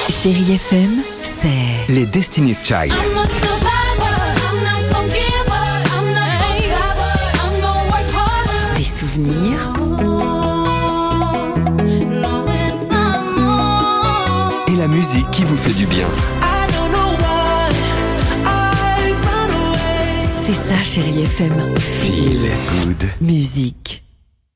Chérie FM, c'est les Destiny's Child. des souvenirs Et la musique qui vous fait du bien. C'est ça, Chérie FM. Feel good. Musique.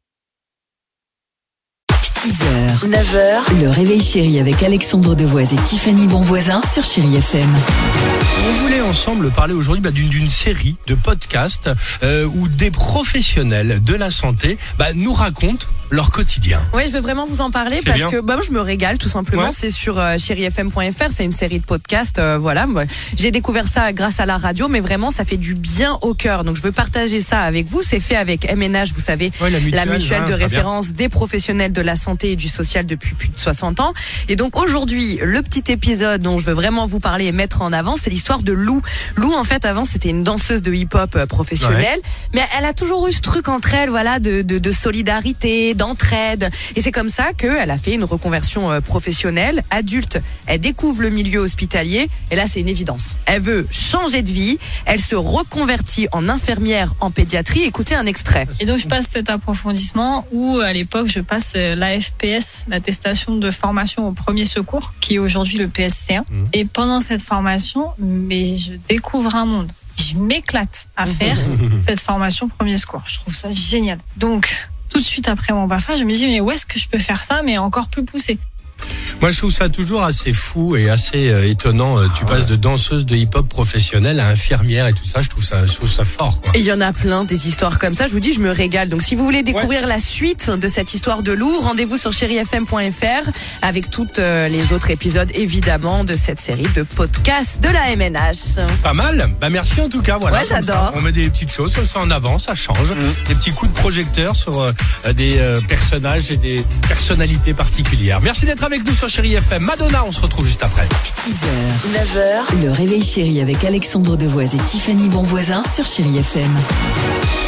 6h, 9h, le réveil chéri avec Alexandre Devoise et Tiffany Bonvoisin sur Chérie FM. On voulait ensemble parler aujourd'hui d'une série de podcasts où des professionnels de la santé nous racontent leur quotidien. Oui, je veux vraiment vous en parler C'est parce bien. que moi, je me régale tout simplement. Ouais. C'est sur chérifm.fr, c'est une série de podcasts. Voilà, moi, j'ai découvert ça grâce à la radio, mais vraiment, ça fait du bien au cœur. Donc, je veux partager ça avec vous. C'est fait avec MNH, vous savez, Ouais, la mutuelle de très bien. référence des professionnels de la santé et du social depuis plus de 60 ans. Et donc, aujourd'hui, le petit épisode dont je veux vraiment vous parler et mettre en avant, c'est l'histoire de Lou. Lou, en fait, avant, c'était une danseuse de hip-hop professionnelle, mais elle a toujours eu ce truc entre elles, voilà, de solidarité, d'entraide. Et c'est comme ça qu'elle a fait une reconversion professionnelle. Adulte, elle découvre le milieu hospitalier. Et là, c'est une évidence. Elle veut changer de vie. Elle se reconvertit en infirmière en pédiatrie. Écoutez un extrait. Et donc, je passe cet approfondissement où, à l'époque, je passe l'AFPS, l'attestation de formation au premier secours, qui est aujourd'hui le PSC1. Et pendant cette formation, mais je découvre un monde. Je m'éclate à faire cette formation premier secours. Je trouve ça génial. Donc, tout de suite après mon BAFA, je me dis, mais où est-ce que je peux faire ça, mais encore plus poussé? Moi, je trouve ça toujours assez fou et assez étonnant. Tu passes de danseuse de hip-hop professionnelle à infirmière et tout ça. Je trouve ça fort, quoi. Et il y en a plein des histoires comme ça. Je vous dis, je me régale. Donc, si vous voulez découvrir la suite de cette histoire de Lou, rendez-vous sur chérifm.fr avec toutes les autres épisodes, évidemment, de cette série de podcasts de la MNH. Pas mal. Merci en tout cas. Voilà. Ouais, Comme j'adore. ça, on met des petites choses comme ça en avant, ça change. Des petits coups de projecteur sur des personnages et des personnalités particulières. Merci d'être avec nous sur Chérie FM. Madonna, on se retrouve juste après. 6h, 9h, le réveil chéri avec Alexandre Devoise et Tiffany Bonvoisin sur Chérie FM.